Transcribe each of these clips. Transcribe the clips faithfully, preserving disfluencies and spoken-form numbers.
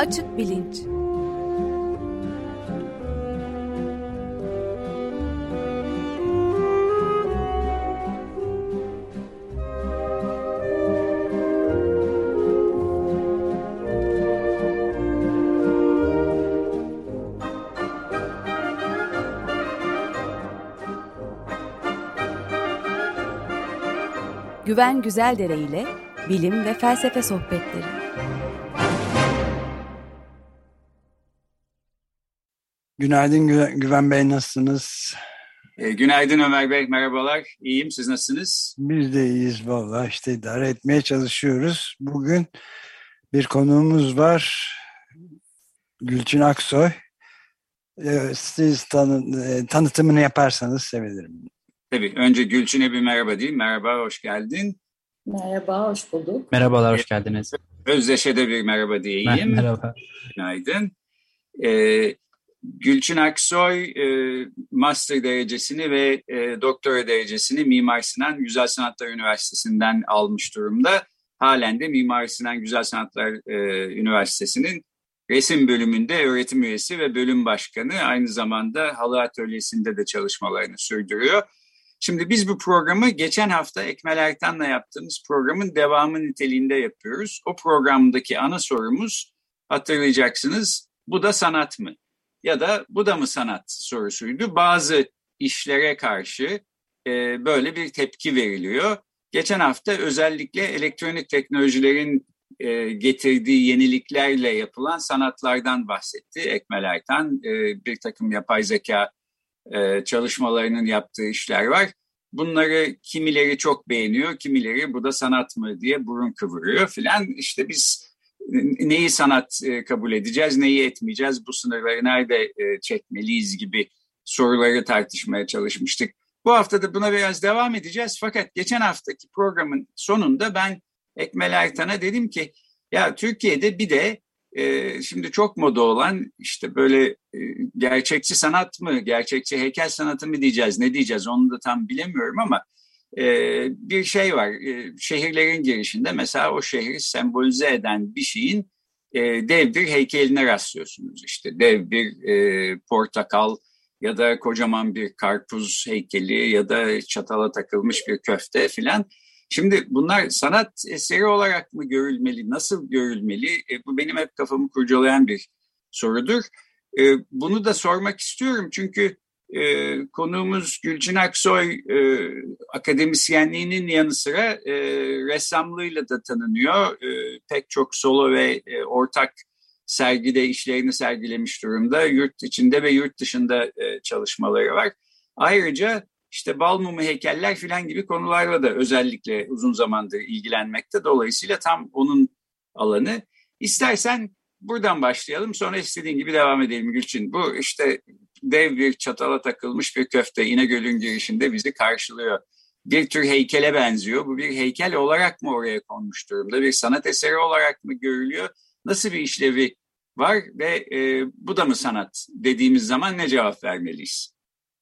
Açık bilinç. Güven Güzeldere ile bilim ve felsefe sohbetleri. Günaydın Gü- Güven Bey, nasılsınız? E, günaydın Ömer Bey, merhabalar. İyiyim, siz nasılsınız? Biz de iyiyiz vallahi, işte idare etmeye çalışıyoruz. Bugün bir konuğumuz var, Gülçin Aksoy. Ee, Siz tanı- e, tanıtımını yaparsanız sevinirim. Tabii, önce Gülçin'e bir merhaba diyeyim. Merhaba, hoş geldin. Merhaba, hoş bulduk. Merhabalar, hoş geldiniz. Özdeş'e de bir merhaba diyeyim. Merhaba. Günaydın. Ee, Gülçin Aksoy e, master derecesini ve e, doktora derecesini Mimar Sinan Güzel Sanatlar Üniversitesi'nden almış durumda. Halen de Mimar Sinan Güzel Sanatlar e, Üniversitesi'nin resim bölümünde öğretim üyesi ve bölüm başkanı. Aynı zamanda halı atölyesinde de çalışmalarını sürdürüyor. Şimdi biz bu programı geçen hafta Ekmel Ertan'la yaptığımız programın devamı niteliğinde yapıyoruz. O programdaki ana sorumuz, hatırlayacaksınız, bu da sanat mı? Ya da bu da mı sanat sorusuydu. Bazı işlere karşı e, böyle bir tepki veriliyor. Geçen hafta özellikle elektronik teknolojilerin e, getirdiği yeniliklerle yapılan sanatlardan bahsetti Ekmel Ertan. E, bir takım yapay zeka e, çalışmalarının yaptığı işler var. Bunları kimileri çok beğeniyor, kimileri bu da sanat mı diye burun kıvırıyor filan. İşte biz neyi sanat kabul edeceğiz, neyi etmeyeceğiz, bu sınırları nerede çekmeliyiz gibi soruları tartışmaya çalışmıştık. Bu hafta da buna biraz devam edeceğiz. Fakat geçen haftaki programın sonunda ben Ekmel Ertan'a dedim ki, ya Türkiye'de bir de e, şimdi çok moda olan işte böyle e, gerçekçi sanat mı, gerçekçi heykel sanatı mı diyeceğiz, ne diyeceğiz onu da tam bilemiyorum ama Ee, bir şey var, ee, şehirlerin girişinde mesela o şehri sembolize eden bir şeyin e, dev bir heykeline rastlıyorsunuz. İşte dev bir e, portakal ya da kocaman bir karpuz heykeli ya da çatala takılmış bir köfte filan. Şimdi bunlar sanat eseri olarak mı görülmeli, nasıl görülmeli? E, bu benim hep kafamı kurcalayan bir sorudur. E, bunu da sormak istiyorum çünkü Ee, konuğumuz Gülçin Aksoy e, akademisyenliğinin yanı sıra e, ressamlığıyla da tanınıyor. E, pek çok solo ve e, ortak sergide işlerini sergilemiş durumda. Yurt içinde ve yurt dışında e, çalışmaları var. Ayrıca işte bal mumu heykeller filan gibi konularla da özellikle uzun zamandır ilgilenmekte. Dolayısıyla tam onun alanı. İstersen buradan başlayalım, sonra istediğin gibi devam edelim Gülçin. Bu işte dev bir çatala takılmış bir köfte İnegöl'ün girişinde bizi karşılıyor. Bir tür heykele benziyor. Bu bir heykel olarak mı oraya konmuş durumda? Bir sanat eseri olarak mı görülüyor? Nasıl bir işlevi var ve e, bu da mı sanat dediğimiz zaman ne cevap vermeliyiz?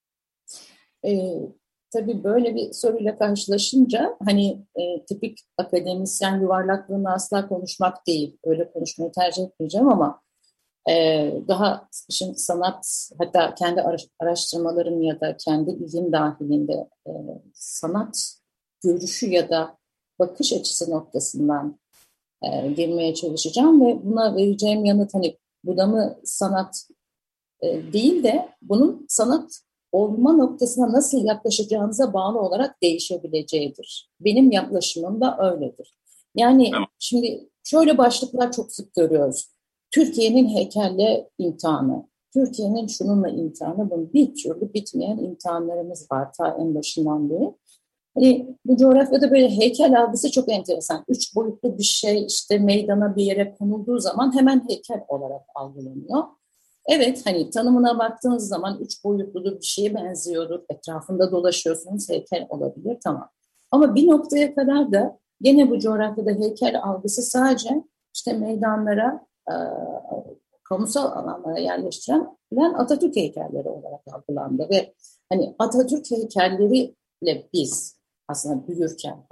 Ee, tabii böyle bir soruyla karşılaşınca hani e, tipik akademisyen yuvarlaklığını asla konuşmak değil. Öyle konuşmayı tercih etmeyeceğim ama Ee, daha şimdi sanat, hatta kendi araştırmalarım ya da kendi ilgim dahilinde e, sanat görüşü ya da bakış açısı noktasından e, girmeye çalışacağım ve buna vereceğim yanıt hani bu da mı sanat e, değil de bunun sanat olma noktasına nasıl yaklaşacağınıza bağlı olarak değişebileceğidir. Benim yaklaşımım da öyledir. Yani Tamam. Şimdi şöyle başlıklar çok sık görüyoruz. Türkiye'nin heykelle imtihanı, Türkiye'nin şununla imtihanı, bunun bir türlü bitmeyen imtihanlarımız var ta en başından beri. Hani bu coğrafyada böyle heykel algısı çok enteresan. Üç boyutlu bir şey işte meydana bir yere konulduğu zaman hemen heykel olarak algılanıyor. Evet, hani tanımına baktığınız zaman üç boyutludur, bir şeye benziyordur, etrafında dolaşıyorsunuz, heykel olabilir, tamam. Ama bir noktaya kadar da gene bu coğrafyada heykel algısı sadece işte meydanlara, e, kamusal alanlara yerleştirilen Atatürk heykelleri olarak algılandı ve hani Atatürk heykelleriyle biz aslında büyürken hani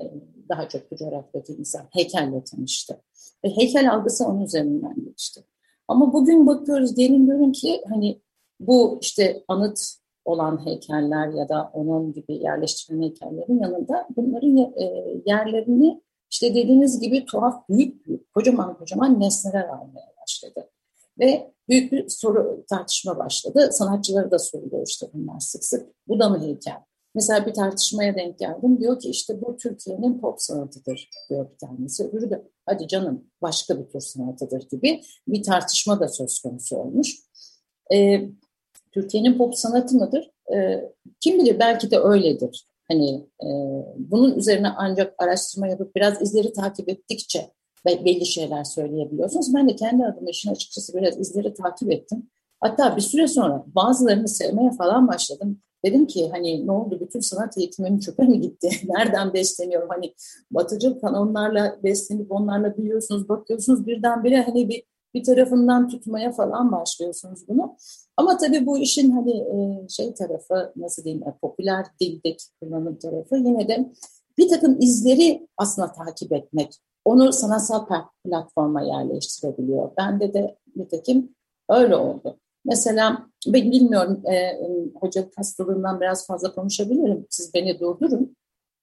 daha çok bu coğrafyadaki insan heykelle tanıştı. Ve heykel algısı onun üzerinden geçti. Ama bugün bakıyoruz, gelin görün ki hani bu işte anıt olan heykeller ya da onun gibi yerleştirilen heykellerin yanında bunların yerlerini işte dediğiniz gibi tuhaf büyük büyük kocaman kocaman nesneler almaya başladı. Ve büyük bir soru tartışma başladı. Sanatçıları da soruluyor işte bunlar sık sık. Bu da mı heykel? Mesela bir tartışmaya denk geldim. Diyor ki işte bu Türkiye'nin pop sanatıdır diyor bir tanesi. Öbürü de hadi canım başka bir tür sanatıdır gibi bir tartışma da söz konusu olmuş. Ee, Türkiye'nin pop sanatı mıdır? Ee, kim bilir, belki de öyledir. Hani e, bunun üzerine ancak araştırma yapıp biraz izleri takip ettikçe belli şeyler söyleyebiliyorsunuz. Ben de kendi adıma işin açıkçası biraz izleri takip ettim. Hatta bir süre sonra bazılarını sevmeye falan başladım. Dedim ki hani ne oldu, bütün sanat eğitimim çöpe mi gitti? Nereden besleniyorum? Hani batıcıl kanonlarla beslenip onlarla büyüyorsunuz, bakıyorsunuz birdenbire hani bir, bir tarafından tutmaya falan başlıyorsunuz bunu. Ama tabii bu işin hani şey tarafı, nasıl diyeyim, popüler dildeki kullanım tarafı yine de bir takım izleri aslında takip etmek, onu sanatsal platforma yerleştirebiliyor. Bende de nitekim öyle oldu. Mesela ben bilmiyorum, e, hocalık hastalığından biraz fazla konuşabilirim. Siz beni durdurun.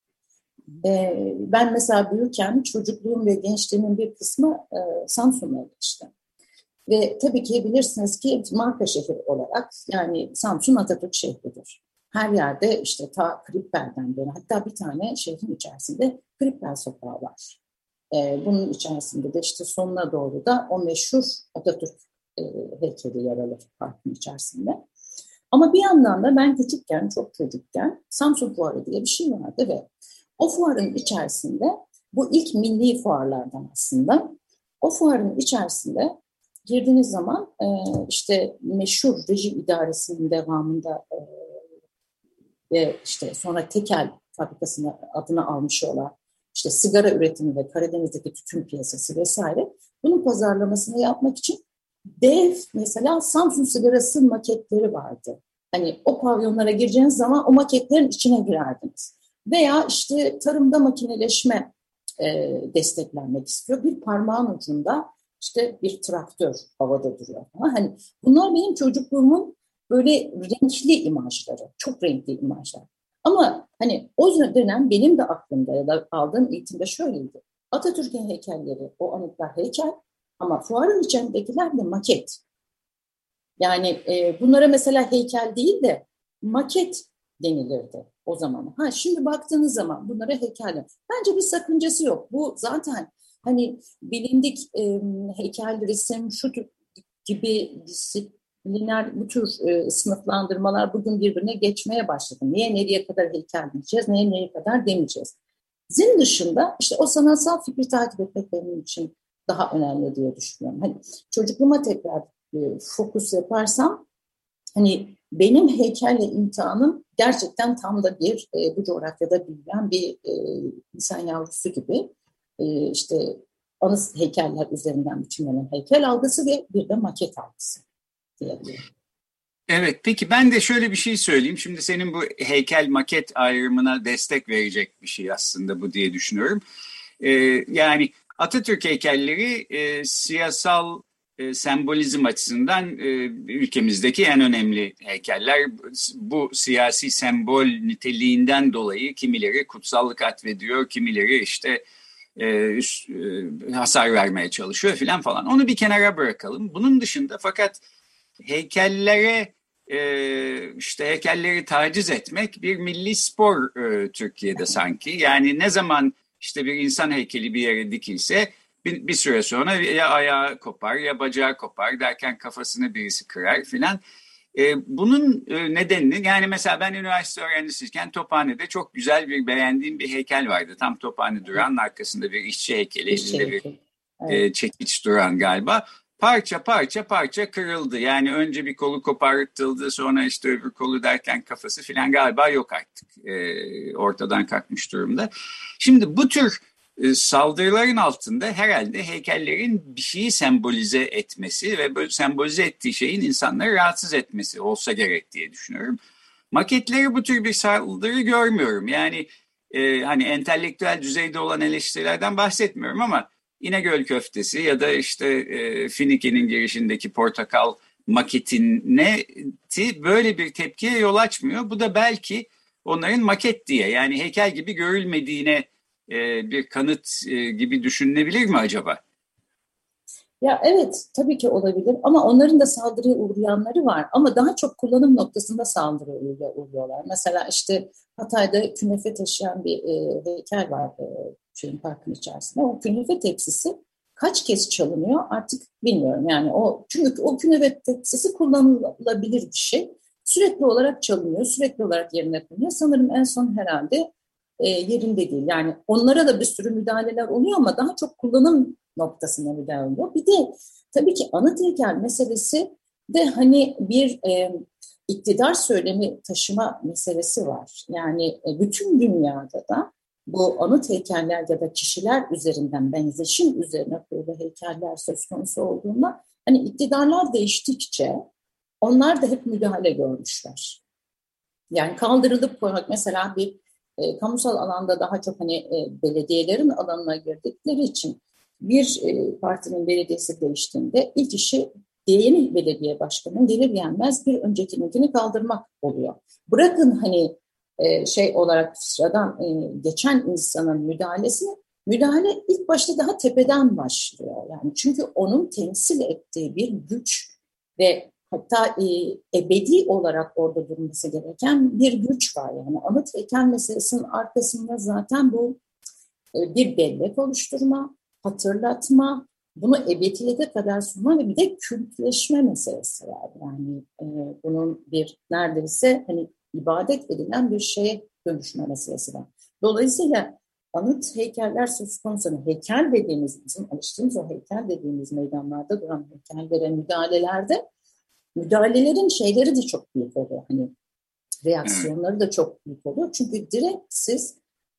E, ben mesela büyürken çocukluğum ve gençliğimin bir kısmı e, Samsun'da geçti. Ve tabii ki bilirsiniz ki marka şehir olarak yani Samsun Atatürk şehridir. Her yerde işte ta Kripper'den beri, hatta bir tane şehrin içerisinde Kripper sokağı var. Ee, bunun içerisinde de işte sonuna doğru da o meşhur Atatürk e, heykeli yer alır parkın içerisinde. Ama bir yandan da ben küçükken, çok çocukken Samsun Fuarı diye bir şey vardı ve o fuarın içerisinde, bu ilk milli fuarlardan aslında, o fuarın içerisinde girdiğiniz zaman e, işte meşhur rejim idaresinin devamında e, ve işte sonra tekel fabrikasının adını almış olan işte sigara üretimi ve Karadeniz'deki tütün piyasası vesaire, bunun pazarlamasını yapmak için dev mesela Samsun sigarası maketleri vardı. Hani o pavyonlara gireceğiniz zaman o maketlerin içine girerdiniz. Veya işte tarımda makineleşme e, desteklenmek istiyor. Bir parmağın ucunda işte bir traktör havada duruyor. Hani bunlar benim çocukluğumun böyle renkli imajları, çok renkli imajlar. Ama hani o dönem benim de aklımda ya da aldığım eğitimde şöyleydi. Atatürk'ün heykelleri, o anıtlar heykel ama fuarın içindekiler de maket. Yani e, bunlara mesela heykel değil de maket denilirdi o zaman. Ha, şimdi baktığınız zaman bunlara heykel. Bence bir sakıncası yok. Bu zaten hani bilindik e, heykel, resim, şu gibi disipliner bu tür e, sınıflandırmalar bugün birbirine geçmeye başladı. Neye nereye kadar heykel diyeceğiz, neye nereye kadar demeyeceğiz. Zin dışında işte o sanatsal fikri takip etmek benim için daha önemli diye düşünüyorum. Hani çocukluğuma tekrar e, fokus yaparsam, hani benim heykelle imtihanım gerçekten tam da bir e, bu coğrafyada büyüyen bir e, insan yavrusu gibi e, işte anıt heykeller üzerinden biçimlenen heykel algısı ve bir de maket algısı diyebilirim. Evet, peki ben de şöyle bir şey söyleyeyim. Şimdi senin bu heykel maket ayrımına destek verecek bir şey aslında bu diye düşünüyorum. Ee, yani Atatürk heykelleri e, siyasal e, sembolizm açısından e, ülkemizdeki en önemli heykeller. Bu siyasi sembol niteliğinden dolayı kimileri kutsallık atfediyor, kimileri işte e, üst, e, hasar vermeye çalışıyor filan falan. Onu bir kenara bırakalım. Bunun dışında fakat heykellere e, işte heykelleri taciz etmek bir milli spor e, Türkiye'de sanki. Yani ne zaman işte bir insan heykeli bir yere dikilse bir, bir süre sonra ya ayağı kopar ya bacağı kopar derken kafasını birisi kırar filan. E, bunun e, nedenini, yani mesela ben üniversite öğrencisiyken Tophane'de çok güzel bir beğendiğim bir heykel vardı. Tam Tophane durağının arkasında bir işçi heykeli, İşçi elinde heykeli. bir Evet. e, çekiç duran galiba. Parça parça parça kırıldı. Yani önce bir kolu kopartıldı, sonra işte öbür kolu derken kafası filan galiba yok artık. E, ortadan kalkmış durumda. Şimdi bu tür e, saldırıların altında herhalde heykellerin bir şeyi sembolize etmesi ve böyle sembolize ettiği şeyin insanları rahatsız etmesi olsa gerek diye düşünüyorum. Maketleri bu tür bir saldırı görmüyorum. Yani e, hani entelektüel düzeyde olan eleştirilerden bahsetmiyorum ama İnegöl köftesi ya da işte e, Finike'nin girişindeki portakal maketine böyle bir tepkiye yol açmıyor. Bu da belki onların maket diye, yani heykel gibi görülmediğine e, bir kanıt e, gibi düşünülebilir mi acaba? Ya evet, tabii ki olabilir ama onların da saldırıya uğrayanları var ama daha çok kullanım noktasında saldırıya uğruyorlar. Mesela işte Hatay'da künefe taşıyan bir e, heykel var e, şeyin parkın içerisinde. O künefe tepsisi kaç kez çalınıyor artık bilmiyorum. Yani o, çünkü o künefe tepsisi kullanılabilir bir şey. Sürekli olarak çalınıyor, sürekli olarak yerine konuyor. Sanırım en son herhalde e, yerinde değil. Yani onlara da bir sürü müdahaleler oluyor ama daha çok kullanım noktasına müdahale oluyor. Bir de tabii ki anıt heykel meselesi de hani bir e, iktidar söylemi taşıma meselesi var. Yani e, bütün dünyada da bu anıt heykeller ya da kişiler üzerinden benzeşim üzerine kurulu heykeller söz konusu olduğunda hani iktidarlar değiştikçe onlar da hep müdahale görmüşler. Yani kaldırılıp koymak mesela bir e, kamusal alanda daha çok hani e, belediyelerin alanına girdikleri için bir e, partinin belediyesi değiştiğinde ilk işi yeni belediye başkanının gelir gelmez bir öncekininkini kaldırmak oluyor. Bırakın hani e, şey olarak sıradan e, geçen insanın müdahalesini, müdahale ilk başta daha tepeden başlıyor. Yani çünkü onun temsil ettiği bir güç ve hatta e, ebedi olarak orada durması gereken bir güç var. Yani anıt heykel meselesinin arkasında zaten bu e, bir bellek oluşturma, hatırlatma, bunu ebediyete kadar sunma ve bir de kültleşme meselesi var. Yani e, bunun bir neredeyse hani ibadet edilen bir şeye dönüşme meselesi var. Dolayısıyla anıt heykeller söz konusu. Heykel dediğimiz, bizim alıştığımız o heykel dediğimiz meydanlarda duran heykellere müdahalelerde müdahalelerin şeyleri de çok büyük oluyor. Hani reaksiyonları da çok büyük oluyor. Çünkü direkt siz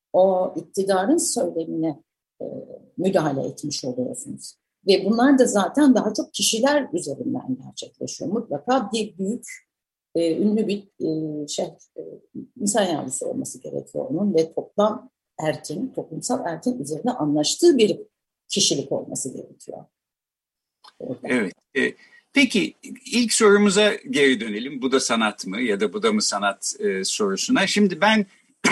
o iktidarın söylemine e, müdahale etmiş oluyorsunuz. Ve bunlar da zaten daha çok kişiler üzerinden gerçekleşiyor. Mutlaka bir büyük, e, ünlü bir e, şey, e, insan yavrusu olması gerekiyor onun ve toplam erkin, toplumsal erkin üzerine anlaştığı bir kişilik olması gerekiyor. Orada. Evet. E, peki ilk sorumuza geri dönelim. Bu da sanat mı ya da bu da mı sanat e, sorusuna. Şimdi ben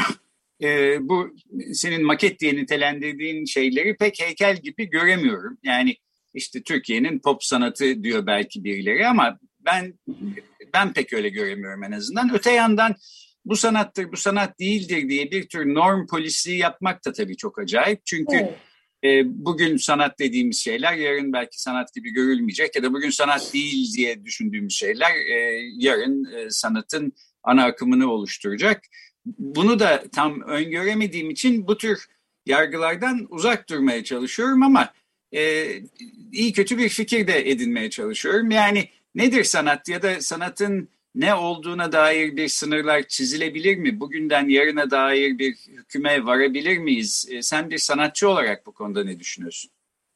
e, bu senin maket diye nitelendirdiğin şeyleri pek heykel gibi göremiyorum. Yani işte Türkiye'nin pop sanatı diyor belki birileri ama ben ben pek öyle göremiyorum en azından. Öte yandan bu sanattır, bu sanat değildir diye bir tür norm polisiği yapmak da tabii çok acayip. Çünkü Evet. E, bugün sanat dediğimiz şeyler yarın belki sanat gibi görülmeyecek ya da bugün sanat değil diye düşündüğümüz şeyler e, yarın e, sanatın ana akımını oluşturacak. Bunu da tam öngöremediğim için bu tür yargılardan uzak durmaya çalışıyorum ama e, iyi kötü bir fikir de edinmeye çalışıyorum. Yani nedir sanat ya da sanatın ne olduğuna dair bir sınırlar çizilebilir mi? Bugünden yarına dair bir hüküme varabilir miyiz? E, sen bir sanatçı olarak bu konuda ne düşünüyorsun?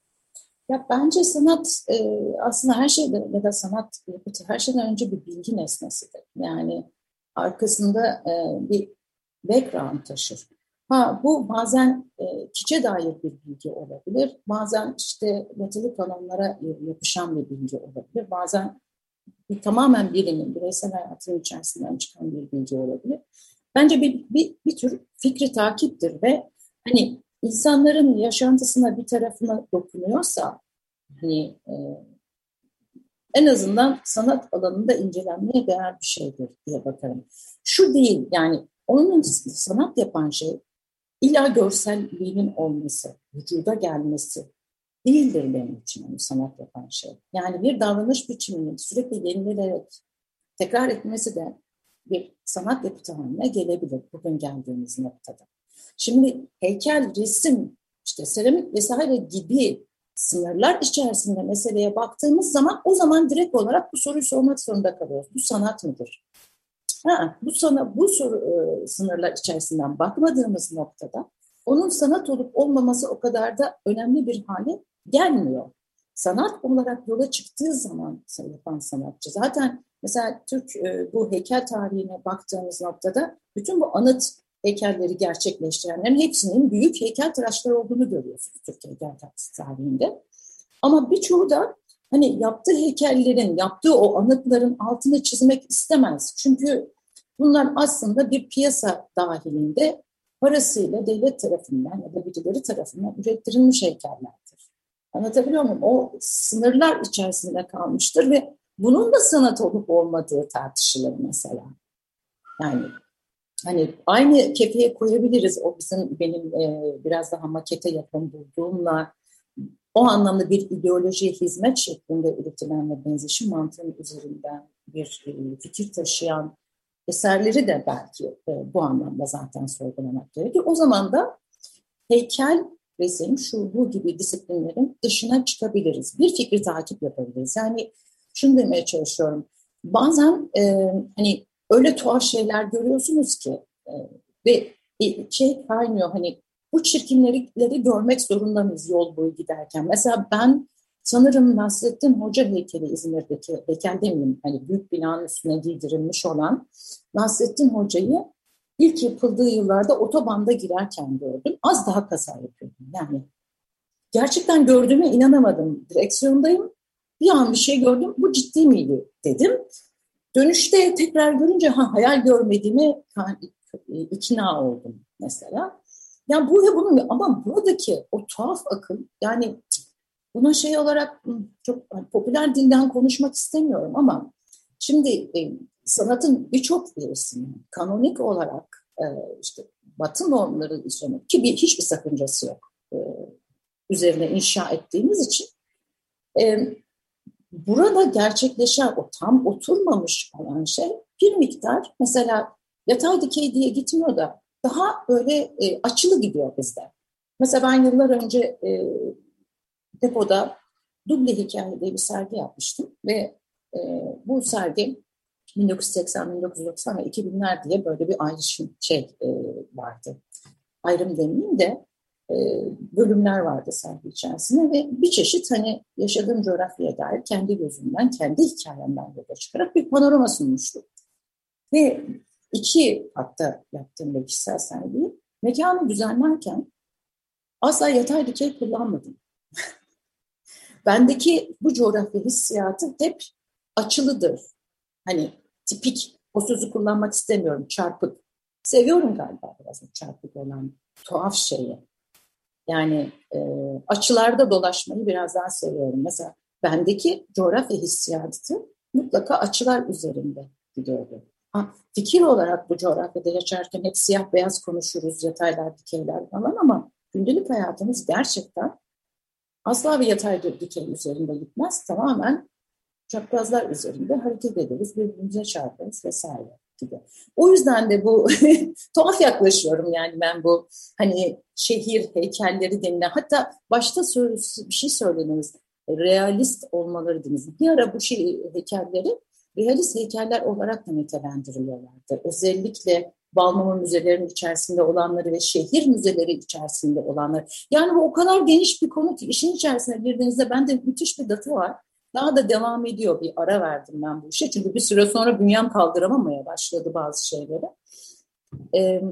Ya bence sanat e, aslında her şeyden ya da sanat yapıtı her şeyden önce bir bilgi nesnesidir. Yani arkasında e, bir background taşır. Ha bu bazen e, kişiye dair bir bilgi olabilir. Bazen işte batılı kanonlara yapışan bir bilgi olabilir. Bazen bir, tamamen birinin bireysel hayatının içerisinden çıkan bir bilgi olabilir. Bence bir, bir, bir tür fikri takiptir ve hani insanların yaşantısına bir tarafına dokunuyorsa hani e, en azından sanat alanında incelenmeye değer bir şeydir diye bakarım. Şu değil yani onun sanat yapan şey illa görselliğinin olması, vücuda gelmesi değildir benim için onu sanat yapan şey. Yani bir davranış biçiminin sürekli yenilenerek tekrar etmesi de bir sanat yapıtı haline gelebilir bugün geldiğimiz noktada. Şimdi heykel, resim, işte seramik vesaire gibi sınırlar içerisinde meseleye baktığımız zaman o zaman direkt olarak bu soruyu sormak zorunda kalıyoruz. Bu sanat mıdır? Ha, bu sana bu soru e, sınırlar içerisinden bakmadığımız noktada onun sanat olup olmaması o kadar da önemli bir hale gelmiyor. Sanat olarak yola çıktığı zaman yapan sanatçı zaten mesela Türk e, bu heykel tarihine baktığımız noktada bütün bu anıt heykelleri gerçekleştirenlerin hepsinin büyük heykeltıraşlar olduğunu görüyorsunuz Türkiye heykel tarihinde. Ama birçoğu da hani yaptığı heykellerin, yaptığı o anıtların altını çizmek istemez. Çünkü bunlar aslında bir piyasa dahilinde parasıyla devlet tarafından ya da birileri tarafından ürettirilmiş heykellerdir. Anlatabiliyor muyum? O sınırlar içerisinde kalmıştır ve bunun da sanat olup olmadığı tartışılır mesela. Yani hani aynı kefeye koyabiliriz. O bizim benim e, biraz daha makete yakın bulduğumla o anlamda bir ideolojiye hizmet şeklinde üretilen ve benzeşim mantığının üzerinden bir e, fikir taşıyan eserleri de belki e, bu anlamda zaten sorgulamak gerekir. O zaman da heykel, resim, şu bu gibi disiplinlerin dışına çıkabiliriz. Bir fikri takip yapabiliriz. Yani şunu demeye çalışıyorum. Bazen e, hani öyle tuhaf şeyler görüyorsunuz ki e, ve e, şey kaynıyor hani bu çirkinlikleri görmek zorunda mıyız yol boyu giderken? Mesela ben sanırım Nasrettin Hoca heykeli İzmir'deki heykel demeyeyim hani büyük binanın üstüne giydirilmiş olan Nasrettin Hoca'yı ilk yapıldığı yıllarda otobanda girerken gördüm. Az daha kaza yapıyordum. Yani gerçekten gördüğüme inanamadım. Direksiyondayım. Bir an bir şey gördüm. Bu ciddi miydi dedim. Dönüşte tekrar görünce ha, hayal görmediğime ikna oldum mesela. Yani bu ve bunun ama buradaki o tuhaf akıl yani buna şey olarak çok yani popüler dilden konuşmak istemiyorum ama şimdi e, sanatın birçok birisini kanonik olarak e, işte Batı normları üzerine ki bir, hiçbir sakıncası yok e, üzerine inşa ettiğimiz için e, burada gerçekleşen o tam oturmamış olan şey bir miktar mesela yatay dikey diye gitmiyor da daha böyle e, açılı gidiyor bizde. Mesela ben yıllar önce e, depoda Duble Hikaye diye bir sergi yapmıştım ve e, bu sergi bin dokuz yüz seksen, bin dokuz yüz doksan ve iki binler diye böyle bir ayrışım şey e, vardı. Ayrım demeyeyim de e, bölümler vardı sergi içerisinde ve bir çeşit hani yaşadığım coğrafyaya dair kendi gözümden, kendi hikayemden yola çıkarak bir panorama sunmuştum. Ve iki hatta yaptığım bir kişisel sergiyi mekanı düzenlerken asla yatay dikey kullanmadım. Bendeki bu coğrafya hissiyatı hep açılıdır. Hani tipik, o sözü kullanmak istemiyorum, çarpık. Seviyorum galiba biraz çarpık olan tuhaf şeyi. Yani e, açılarda dolaşmayı biraz daha seviyorum. Mesela bendeki coğrafya hissiyatı mutlaka açılar üzerinde gidiyordu. Ha, fikir olarak bu coğrafyada yaşarken hep siyah beyaz konuşuruz, yataylar, dikeyler falan ama gündelik hayatımız gerçekten asla bir yatay dikey üzerinde gitmez. Tamamen çaprazlar üzerinde hareket ederiz, birbirimize çarparız vesaire gibi. O yüzden de bu tuhaf yaklaşıyorum yani ben bu hani şehir heykelleri denilen hatta başta bir şey söylediniz realist olmaları dediniz. Bir ara bu şey heykelleri realist heykeller olarak da nitelendiriyorlardı. Özellikle Balmumu müzelerinin içerisinde olanları ve şehir müzeleri içerisinde olanları. Yani bu o kadar geniş bir konu ki işin içerisine girdiğinizde bende müthiş bir data var. Daha da devam ediyor. Bir ara verdim ben bu işe. Çünkü bir süre sonra bünyem kaldıramamaya başladı bazı şeyleri. Ee,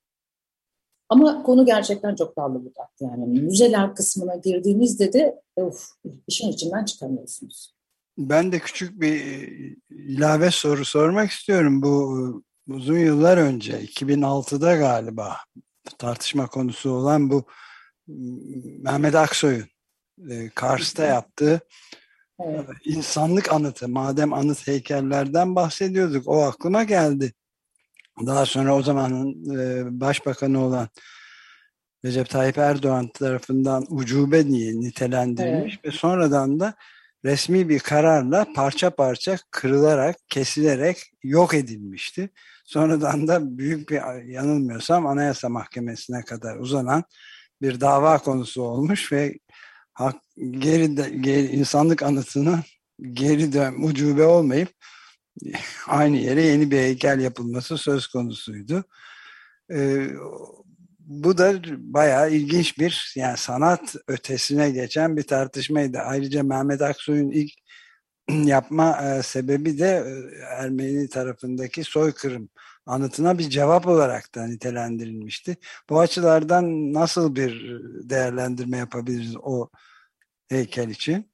ama konu gerçekten çok dallı budaktı. Yani müzeler kısmına girdiğinizde de of, işin içinden çıkamıyorsunuz. Ben de küçük bir ilave soru sormak istiyorum. Bu uzun yıllar önce iki bin altıda galiba tartışma konusu olan bu Mehmet Aksoy'un Kars'ta yaptığı evet. insanlık anıtı. Madem anıt heykellerden bahsediyorduk o aklıma geldi. Daha sonra o zamanın başbakanı olan Recep Tayyip Erdoğan tarafından ucube diye nitelendirilmiş evet. ve sonradan da resmi bir kararla parça parça kırılarak, kesilerek yok edilmişti. Sonradan da büyük bir yanılmıyorsam Anayasa Mahkemesi'ne kadar uzanan bir dava konusu olmuş ve hak, geri, de, geri insanlık anıtına geri dön, ucube olmayıp aynı yere yeni bir heykel yapılması söz konusuydu. Ee, bu da bayağı ilginç bir yani sanat ötesine geçen bir tartışmaydı. Ayrıca Mehmet Aksoy'un ilk yapma e, sebebi de e, Ermeni tarafındaki soykırım anıtına bir cevap olarak da nitelendirilmişti. Bu açılardan nasıl bir değerlendirme yapabiliriz o heykel için?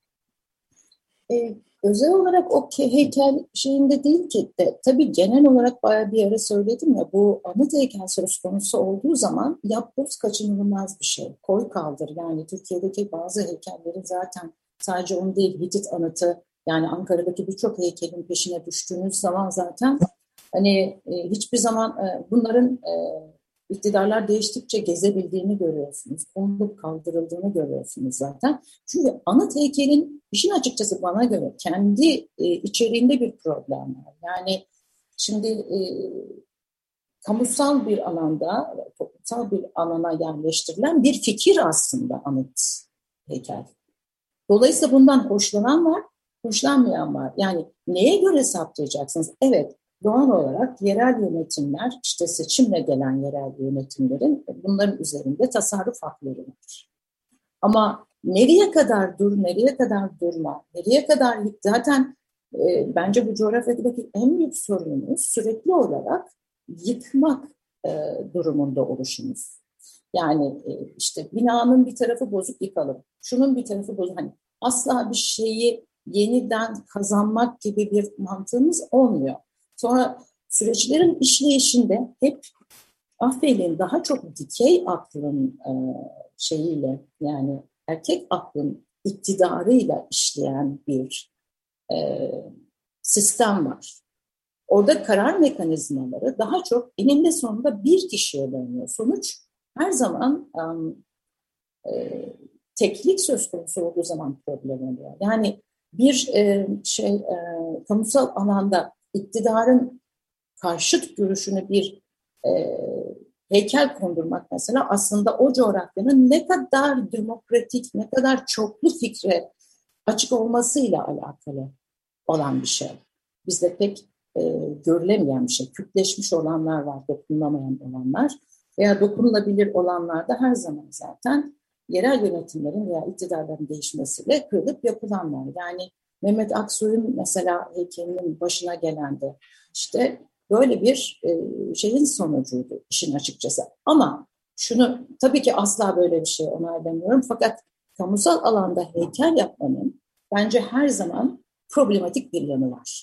Ee, özel olarak o heykel şeyinde değil ki de tabii genel olarak bayağı bir ara söyledim ya, bu anıt heykel söz konusu olduğu zaman yapboz kaçınılmaz bir şey. Koy kaldır, yani Türkiye'deki bazı heykellerin zaten sadece onu değil, Hitit anıtı, yani Ankara'daki birçok heykelin peşine düştüğünüz zaman zaten hani e, hiçbir zaman e, bunların e, iktidarlar değiştikçe gezebildiğini görüyorsunuz. Konulup kaldırıldığını görüyorsunuz zaten. Çünkü anıt heykelin işin açıkçası bana göre kendi e, içeriğinde bir problem var. Yani şimdi e, kamusal bir alanda, toplumsal bir alana yerleştirilen bir fikir aslında anıt heykel. Dolayısıyla bundan hoşlanan var, hoşlanmayan var. Yani neye göre saptayacaksınız? Evet, doğal olarak yerel yönetimler, işte seçimle gelen yerel yönetimlerin bunların üzerinde tasarruf hakları var. Ama nereye kadar dur, nereye kadar durma, nereye kadar zaten e, bence bu coğrafyadaki en büyük sorunumuz sürekli olarak yıkmak e, durumunda oluşumuz. Yani e, işte binanın bir tarafı bozuk, yıkalım. Şunun bir tarafı bozuk. Hani asla bir şeyi yeniden kazanmak gibi bir mantığımız olmuyor. Sonra süreçlerin işleyişinde hep affedin daha çok dikey aklın e, şeyiyle, yani erkek aklın iktidarıyla işleyen bir e, sistem var. Orada karar mekanizmaları daha çok eninde sonunda bir kişiye dönüyor. Sonuç her zaman um, e, teklik söz konusu olduğu zaman problem oluyor. Yani bir e, şey e, kamusal alanda iktidarın karşıt görüşünü bir e, heykel kondurmak mesela aslında o coğrafyanın ne kadar demokratik, ne kadar çoklu fikre açık olmasıyla alakalı olan bir şey. Bizde pek e, görülemeyen bir şey. Kütleşmiş olanlar var, dokunulamayan olanlar veya dokunulabilir olanlar da her zaman zaten yerel yönetimlerin veya iktidarların değişmesiyle kırılıp yapılanlar. Yani Mehmet Aksoy'un mesela heykelinin başına gelen de işte böyle bir e, şeyin sonucuydu işin açıkçası. Ama şunu tabii ki asla böyle bir şey onaylamıyorum. Fakat kamusal alanda heykel yapmanın bence her zaman problematik bir yanı var.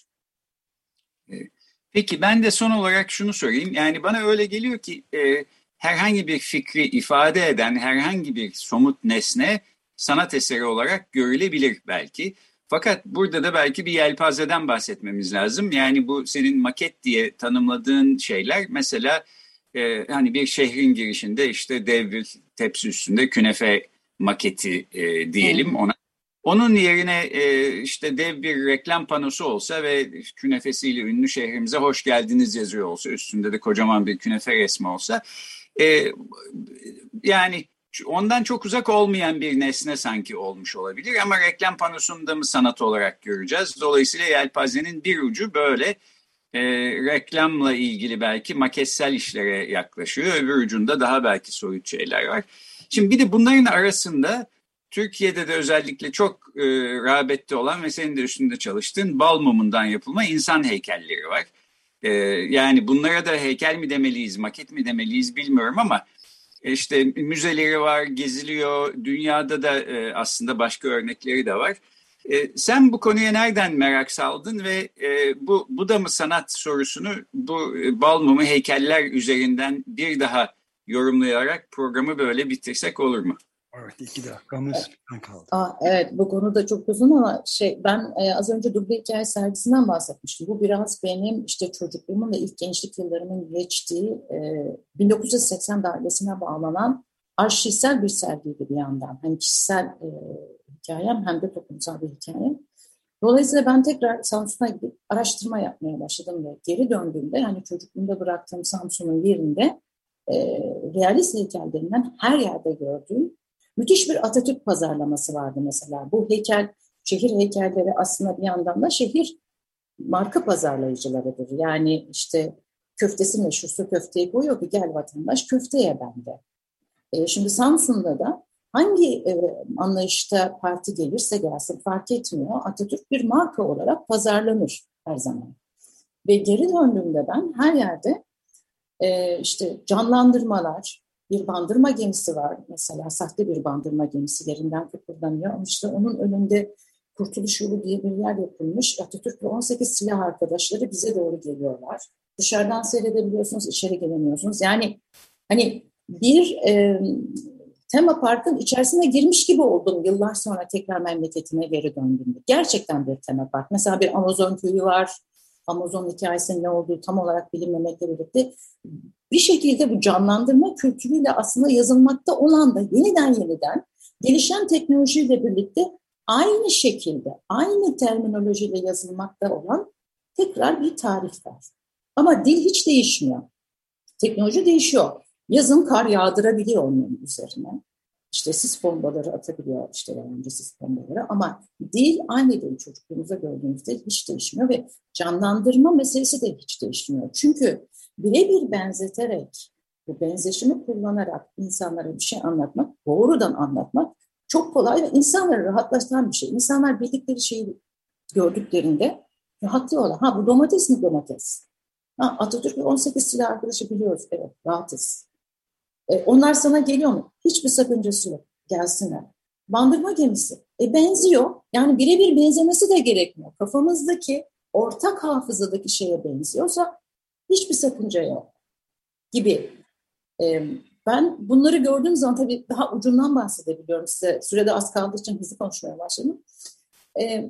Peki ben de son olarak şunu sorayım. Yani bana öyle geliyor ki e, herhangi bir fikri ifade eden herhangi bir somut nesne sanat eseri olarak görülebilir belki. Fakat burada da belki bir yelpazeden bahsetmemiz lazım. Yani bu senin maket diye tanımladığın şeyler mesela e, hani bir şehrin girişinde işte dev bir tepsi üstünde künefe maketi e, diyelim ona. Onun yerine e, işte dev bir reklam panosu olsa ve künefesiyle ünlü şehrimize hoş geldiniz yazıyor olsa, üstünde de kocaman bir künefe resmi olsa, e, yani ondan çok uzak olmayan bir nesne sanki olmuş olabilir ama reklam panosunda mı sanat olarak göreceğiz? Dolayısıyla yelpazenin bir ucu böyle e, reklamla ilgili belki maketsel işlere yaklaşıyor, öbür ucunda daha belki soyut şeyler var. Şimdi bir de bunların arasında Türkiye'de de özellikle çok e, rağbette olan ve senin de üstünde çalıştığın bal mumundan yapılma insan heykelleri var. E, yani bunlara da heykel mi demeliyiz, maket mi demeliyiz bilmiyorum ama işte müzeleri var, geziliyor. Dünyada da e, aslında başka örnekleri de var. E, sen bu konuya nereden merak saldın ve e, bu, bu da mı sanat sorusunu bu e, bal mumu heykeller üzerinden bir daha yorumlayarak programı böyle bitirsek olur mu? Evet, iki dakikamız falan kaldı. Aa, evet, bu konu da çok uzun ama şey ben e, az önce Duble Hikaye sergisinden bahsetmiştim. Bu biraz benim işte çocukluğumun ve ilk gençlik yıllarımın geçtiği e, bin dokuz yüz seksen darbesine bağlanan arşivsel bir sergiydi bir yandan. Hem kişisel e, hikayem hem de toplumsal bir hikayem. Dolayısıyla ben tekrar Samsun'a gidip araştırma yapmaya başladım ve geri döndüğümde, yani çocukluğumda bıraktığım Samsun'un yerinde e, realist heykellerinden her yerde gördüğüm müthiş bir Atatürk pazarlaması vardı mesela. Bu heykel, şehir heykelleri aslında bir yandan da şehir marka pazarlayıcılarıdır. Yani işte köftesi meşhursa köfteyi koyuyor ki gel vatandaş köfte ye bende. E, şimdi Samsun'da da Hangi e, anlayışta parti gelirse gelsin fark etmiyor. Atatürk bir marka olarak pazarlanır her zaman. Ve geri döndüğümde ben her yerde e, işte canlandırmalar, bir bandırma gemisi var mesela, sahte bir bandırma gemisi yerinden kıpırdanıyor. Ama işte onun önünde Kurtuluş Yolu diye bir yer yapılmış. Atatürk ve on sekiz silah arkadaşları bize doğru geliyorlar. Dışarıdan seyredebiliyorsunuz, içeri gelemiyorsunuz. Yani hani bir e, tema parkın içerisine girmiş gibi oldum yıllar sonra tekrar memleketime geri döndüğümde. Gerçekten bir tema park. Mesela bir Amazon köyü var. Amazon hikayesinin ne olduğu tam olarak bilinmemekle birlikte bir şekilde bu canlandırma kültürüyle aslında yazılmakta olan da yeniden yeniden gelişen teknolojiyle birlikte aynı şekilde, aynı terminolojiyle yazılmakta olan tekrar bir tarih var. Ama dil hiç değişmiyor. Teknoloji değişiyor. Yazın kar yağdırabiliyor onun üzerine. İşte sis bombaları atabiliyor, işte yalancı sis bombaları. Ama dil aynı dil, çocukluğumuzda gördüğümüzde hiç değişmiyor ve canlandırma meselesi de hiç değişmiyor. Çünkü birebir benzeterek, bu benzeşimi kullanarak insanlara bir şey anlatmak, doğrudan anlatmak çok kolay ve insanları rahatlatan bir şey. İnsanlar bildikleri şeyi gördüklerinde rahatlıyorlar. Ha, bu domates mi domates? Ha, Atatürk on sekiz silah arkadaşı biliyoruz. Evet, rahatız. E, onlar sana geliyor mu? Hiçbir sakıncası yok. Gelsinler. Bandırma gemisi. E, benziyor. Yani birebir benzemesi de gerekmiyor. Kafamızdaki ortak hafızadaki şeye benziyorsa hiçbir sakınca yok gibi. E, ben bunları gördüğüm zaman tabii daha ucundan bahsedebiliyorum size. Sürede az kaldığı için hızlı konuşmaya başladım. E,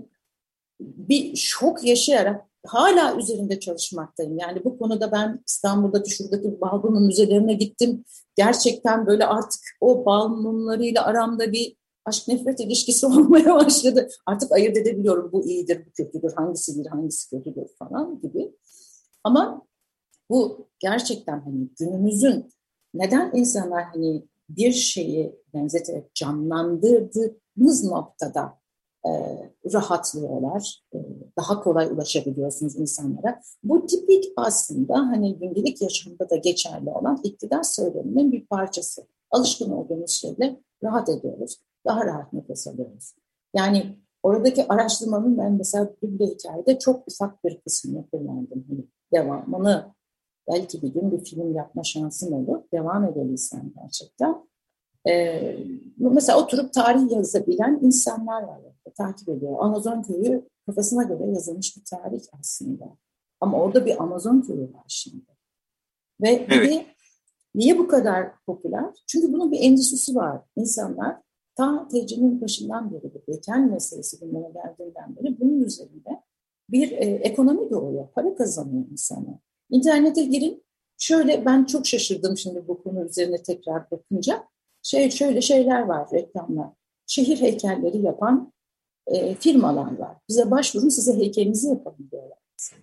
bir şok yaşayarak hala üzerinde çalışmaktayım. Yani bu konuda ben İstanbul'daki şuradaki Balmumu müzelerine gittim. Gerçekten böyle artık o Balmumlarıyla aramda bir aşk nefret ilişkisi olmaya başladı. Artık ayırt edebiliyorum, bu iyidir, bu kötüdür, hangisi iyidir, hangisi kötüdür falan gibi. Ama bu gerçekten hani günümüzün neden insanlar hani bir şeyi benzeterek canlandırdığımız noktada e, rahatlıyorlar, e, daha kolay ulaşabiliyorsunuz insanlara. Bu tipik aslında hani gündelik yaşamda da geçerli olan iktidar söyleminin bir parçası. Alışkın olduğumuz şeyle rahat ediyoruz, daha rahat nefes alıyoruz. Yani oradaki araştırmanın ben mesela bir hikayede çok ufak bir kısmını kullandım. Hani devamını belki bir gün bir film yapma şansım olur. Devam edebilsem gerçekten. Ee, mesela oturup tarih yazabilen insanlar var. Takip ediyor. Amazon köyü kafasına göre yazılmış bir tarih aslında. Ama orada bir Amazon köyü var şimdi. Ve evet. Bir de niye bu kadar popüler? Çünkü bunun bir endüstrisi var. İnsanlar ta tecrübenin başından beri, beken meselesi bunlara geldiğinden beri bunun üzerinde bir e, ekonomi doğuyor. Para kazanıyor insanlar. İnternete girin. Şöyle ben çok şaşırdım şimdi bu konu üzerine tekrar bakınca. Şey, şöyle şeyler var, reklamlar. Şehir heykelleri yapan e, firmalar var. Bize başvurun, size heykelinizi yapalım diyorlar.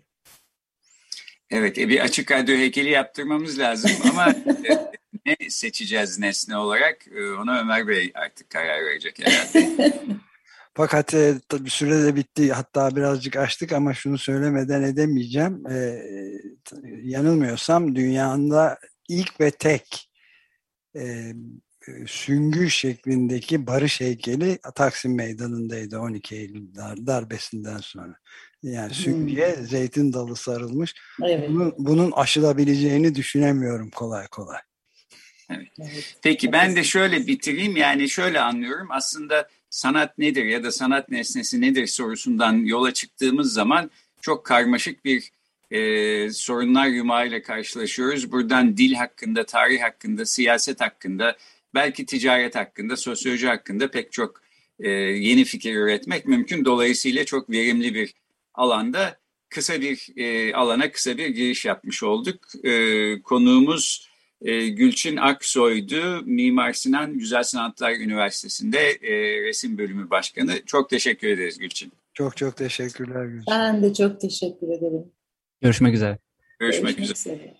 Evet, e, bir açık radyo heykeli yaptırmamız lazım ama e, ne seçeceğiz nesne olarak e, ona Ömer Bey artık karar verecek herhalde. Fakat e, tabii süre de bitti, hatta birazcık açtık ama şunu söylemeden edemeyeceğim. E, yanılmıyorsam dünyada ilk ve tek e, süngü şeklindeki barış heykeli Taksim Meydanı'ndaydı on iki Eylül darbesinden sonra. Yani süngüye hmm. zeytin dalı sarılmış. Evet. Bunun, bunun aşılabileceğini düşünemiyorum kolay kolay. Evet. Evet. Peki ben de şöyle bitireyim. Yani şöyle anlıyorum. Aslında sanat nedir ya da sanat nesnesi nedir sorusundan yola çıktığımız zaman çok karmaşık bir e, sorunlar yumağıyla karşılaşıyoruz. Buradan dil hakkında, tarih hakkında, siyaset hakkında, belki ticaret hakkında, sosyoloji hakkında pek çok e, yeni fikir üretmek mümkün. Dolayısıyla çok verimli bir alanda kısa bir e, alana kısa bir giriş yapmış olduk. E, konuğumuz e, Gülçin Aksoy'du. Mimar Sinan Güzel Sanatlar Üniversitesi'nde e, resim bölümü başkanı. Çok teşekkür ederiz Gülçin. Çok çok teşekkürler Gülçin. Ben de çok teşekkür ederim. Görüşmek üzere. Görüşmek, Görüşmek üzere. üzere.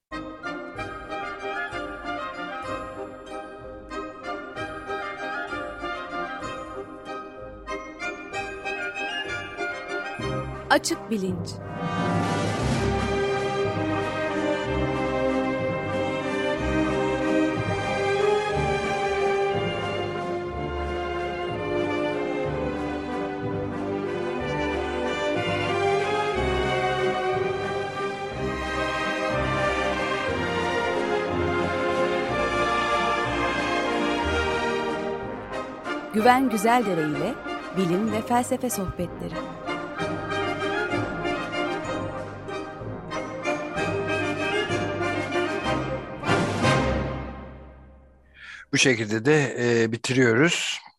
Açık Bilinç. Güven Güzeldere ile bilim ve felsefe sohbetleri. Bu şekilde de e, bitiriyoruz.